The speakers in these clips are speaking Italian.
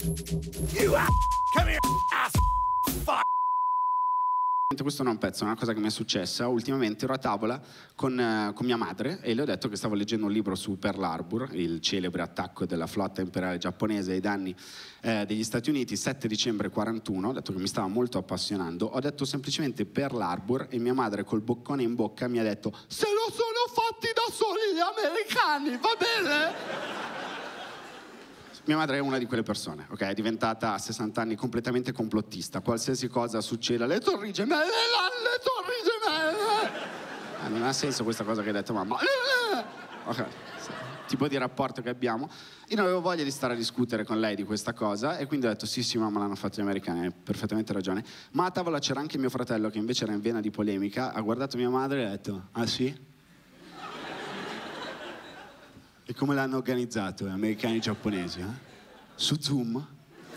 You come here, ass fuck. Questo non è un pezzo, è una cosa che mi è successa. Ultimamente ero a tavola con mia madre e le ho detto che stavo leggendo un libro su Pearl Harbor, il celebre attacco della flotta imperiale giapponese ai danni degli Stati Uniti, 7 dicembre 41. Ho detto che mi stava molto appassionando. Ho detto semplicemente Pearl Harbor e mia madre col boccone in bocca mi ha detto: se lo sono fatti da soli gli americani, va bene? Mia madre è una di quelle persone, ok? È diventata a 60 anni completamente complottista. Qualsiasi cosa succeda, le torri gemelle, le torri gemelle. Non ha senso questa cosa che hai detto, mamma. Ok, tipo di rapporto che abbiamo. Io non avevo voglia di stare a discutere con lei di questa cosa e quindi ho detto sì mamma, l'hanno fatto gli americani, hai perfettamente ragione. Ma a tavola c'era anche mio fratello che invece era in vena di polemica, ha guardato mia madre e ha detto: ah sì? E come l'hanno organizzato gli americani e i giapponesi? Su Zoom?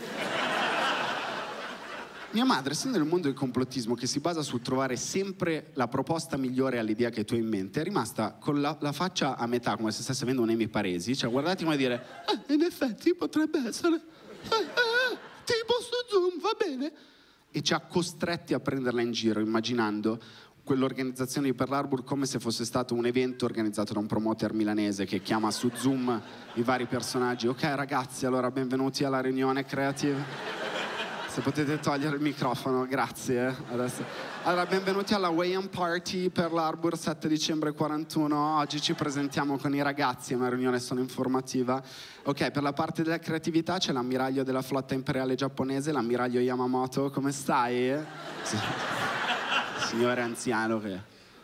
Mia madre, essendo nel mondo del complottismo che si basa sul trovare sempre la proposta migliore all'idea che tu hai in mente, è rimasta con la faccia a metà, come se stesse avendo un Emi Paresi, cioè guardati come dire: in effetti potrebbe essere tipo su Zoom, va bene? E ci ha costretti a prenderla in giro, immaginando quell'organizzazione di Pearl Harbor come se fosse stato un evento organizzato da un promoter milanese che chiama su Zoom i vari personaggi. Ok ragazzi, allora benvenuti alla riunione creative. Se potete togliere il microfono, grazie. Adesso. Allora, benvenuti alla Way Party Pearl Harbor 7 dicembre 41. Oggi ci presentiamo con i ragazzi, è una riunione solo informativa. Ok, per la parte della creatività c'è l'ammiraglio della flotta imperiale giapponese, l'ammiraglio Yamamoto. Come stai? Sì. Signore anziano che...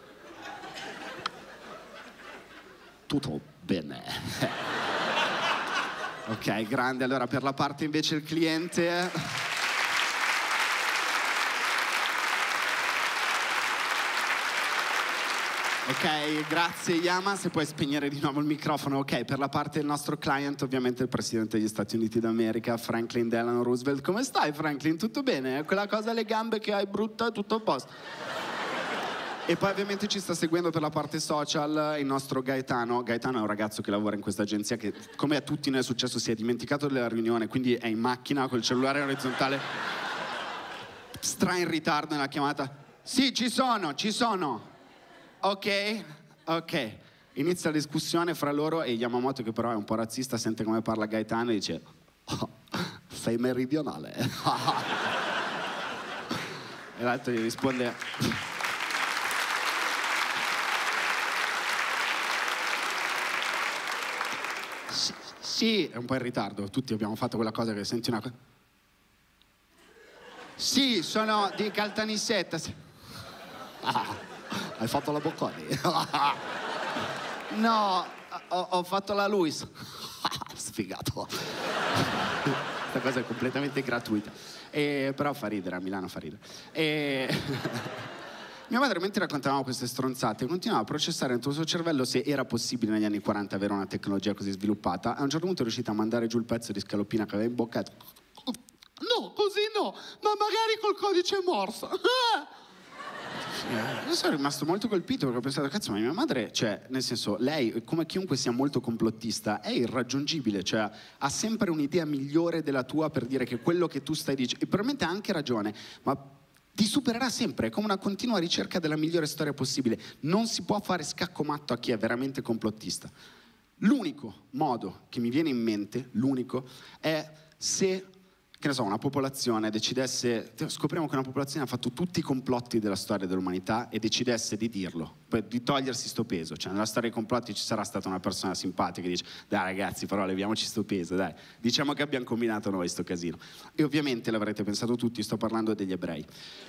Tutto bene. Ok, grande. Allora, per la parte invece il cliente... Ok, grazie Yama, se puoi spegnere di nuovo il microfono. Ok, per la parte del nostro client, ovviamente il presidente degli Stati Uniti d'America, Franklin Delano Roosevelt. Come stai Franklin? Tutto bene? Quella cosa alle gambe che hai brutta, tutto a posto? E poi ovviamente ci sta seguendo per la parte social il nostro Gaetano. Gaetano è un ragazzo che lavora in questa agenzia che, come a tutti noi è successo, si è dimenticato della riunione, quindi è in macchina col cellulare orizzontale, in ritardo nella chiamata. Sì, ci sono. Ok. Inizia la discussione fra loro e Yamamoto, che però è un po' razzista, sente come parla Gaetano e dice: oh, sei meridionale. E l'altro gli risponde: sì, è un po' in ritardo, tutti abbiamo fatto quella cosa che senti una cosa. Sì, sono di Caltanissetta. Hai fatto la Bocconi? No, ho fatto la Luis. Sfigato. Questa cosa è completamente gratuita. Però fa ridere, a Milano fa ridere. Mia madre, mentre raccontavamo queste stronzate, continuava a processare dentro il suo cervello se era possibile negli anni 40 avere una tecnologia così sviluppata. A un certo punto è riuscita a mandare giù il pezzo di scaloppina che aveva in bocca. No, così no, ma magari col codice Morse. Io sono rimasto molto colpito perché ho pensato: cazzo, ma mia madre, cioè, nel senso, lei, come chiunque sia molto complottista, è irraggiungibile, cioè ha sempre un'idea migliore della tua per dire che quello che tu stai dicendo, e probabilmente ha anche ragione, ma ti supererà sempre, è come una continua ricerca della migliore storia possibile. Non si può fare scacco matto a chi è veramente complottista. L'unico modo che mi viene in mente, l'unico, è se, che ne so, una popolazione decidesse, scopriamo che una popolazione ha fatto tutti i complotti della storia dell'umanità e decidesse di dirlo, di togliersi sto peso. Cioè nella storia dei complotti ci sarà stata una persona simpatica che dice: dai ragazzi, però leviamoci sto peso, dai, diciamo che abbiamo combinato noi sto casino. E ovviamente l'avrete pensato tutti, sto parlando degli ebrei.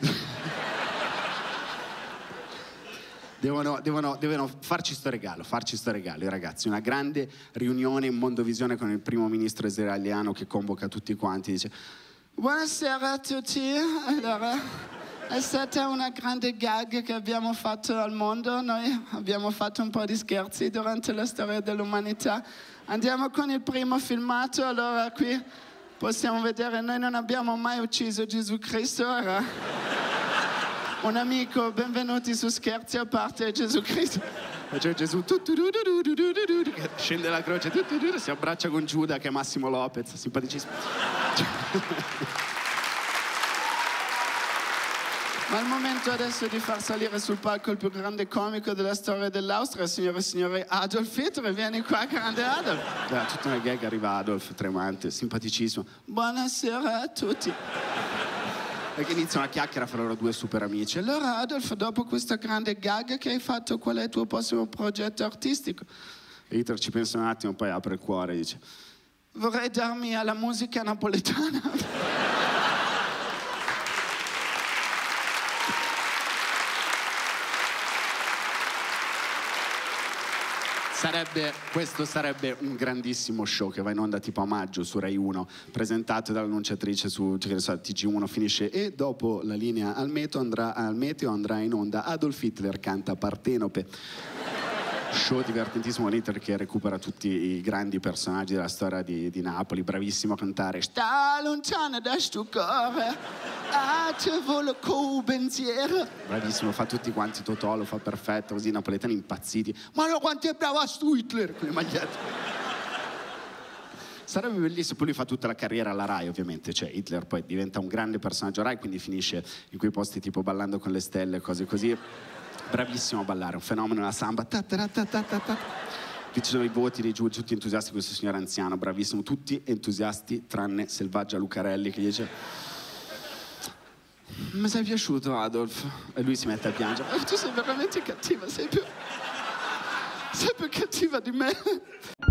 Devono farci sto regalo i ragazzi, una grande riunione in Mondovisione con il primo ministro israeliano che convoca tutti quanti, dice: buonasera a tutti, allora è stata una grande gag che abbiamo fatto al mondo, noi abbiamo fatto un po' di scherzi durante la storia dell'umanità, andiamo con il primo filmato. Allora qui possiamo vedere, noi non abbiamo mai ucciso Gesù Cristo, era un amico, benvenuti su Scherzi a parte Gesù Cristo. E c'è Gesù, che scende la croce, si abbraccia con Giuda, che è Massimo Lopez, simpaticissimo. Ma è il momento adesso di far salire sul palco il più grande comico della storia dell'Austria, signore e signori, Adolf Hitler. Vieni qua, grande Adolf. Tutta una gag, arriva Adolf, tremante, simpaticissimo. Buonasera a tutti. Perché iniziano a chiacchierare fra loro due super amici. Allora, Adolf, dopo questa grande gag che hai fatto, qual è il tuo prossimo progetto artistico? E Hitler ci pensa un attimo, poi apre il cuore e dice: vorrei darmi alla musica napoletana. Questo sarebbe un grandissimo show che va in onda tipo a maggio su Rai 1, presentato dall'annunciatrice su TG1, finisce e dopo la linea al meteo andrà in onda Adolf Hitler canta Partenope. Show divertentissimo, Hitler che recupera tutti i grandi personaggi della storia di Napoli, bravissimo a cantare Sta lontana da sto cuore, a te volo co pensiero. Bravissimo, fa tutti quanti Totò, lo fa perfetto, così i napoletani impazziti. Ma no, quanto è bravo sto Hitler con le magliette. Sarebbe bellissimo, poi lui fa tutta la carriera alla Rai ovviamente, cioè Hitler poi diventa un grande personaggio Rai, quindi finisce in quei posti tipo Ballando con le stelle, cose così. Bravissimo a ballare, un fenomeno la samba. Qui ci sono i voti dei giudici, tutti entusiasti, questo signore anziano, bravissimo, tutti entusiasti tranne Selvaggia Lucarelli che dice: mi sei piaciuto Adolf? E lui si mette a piangere: tu sei veramente cattiva, sei più cattiva di me.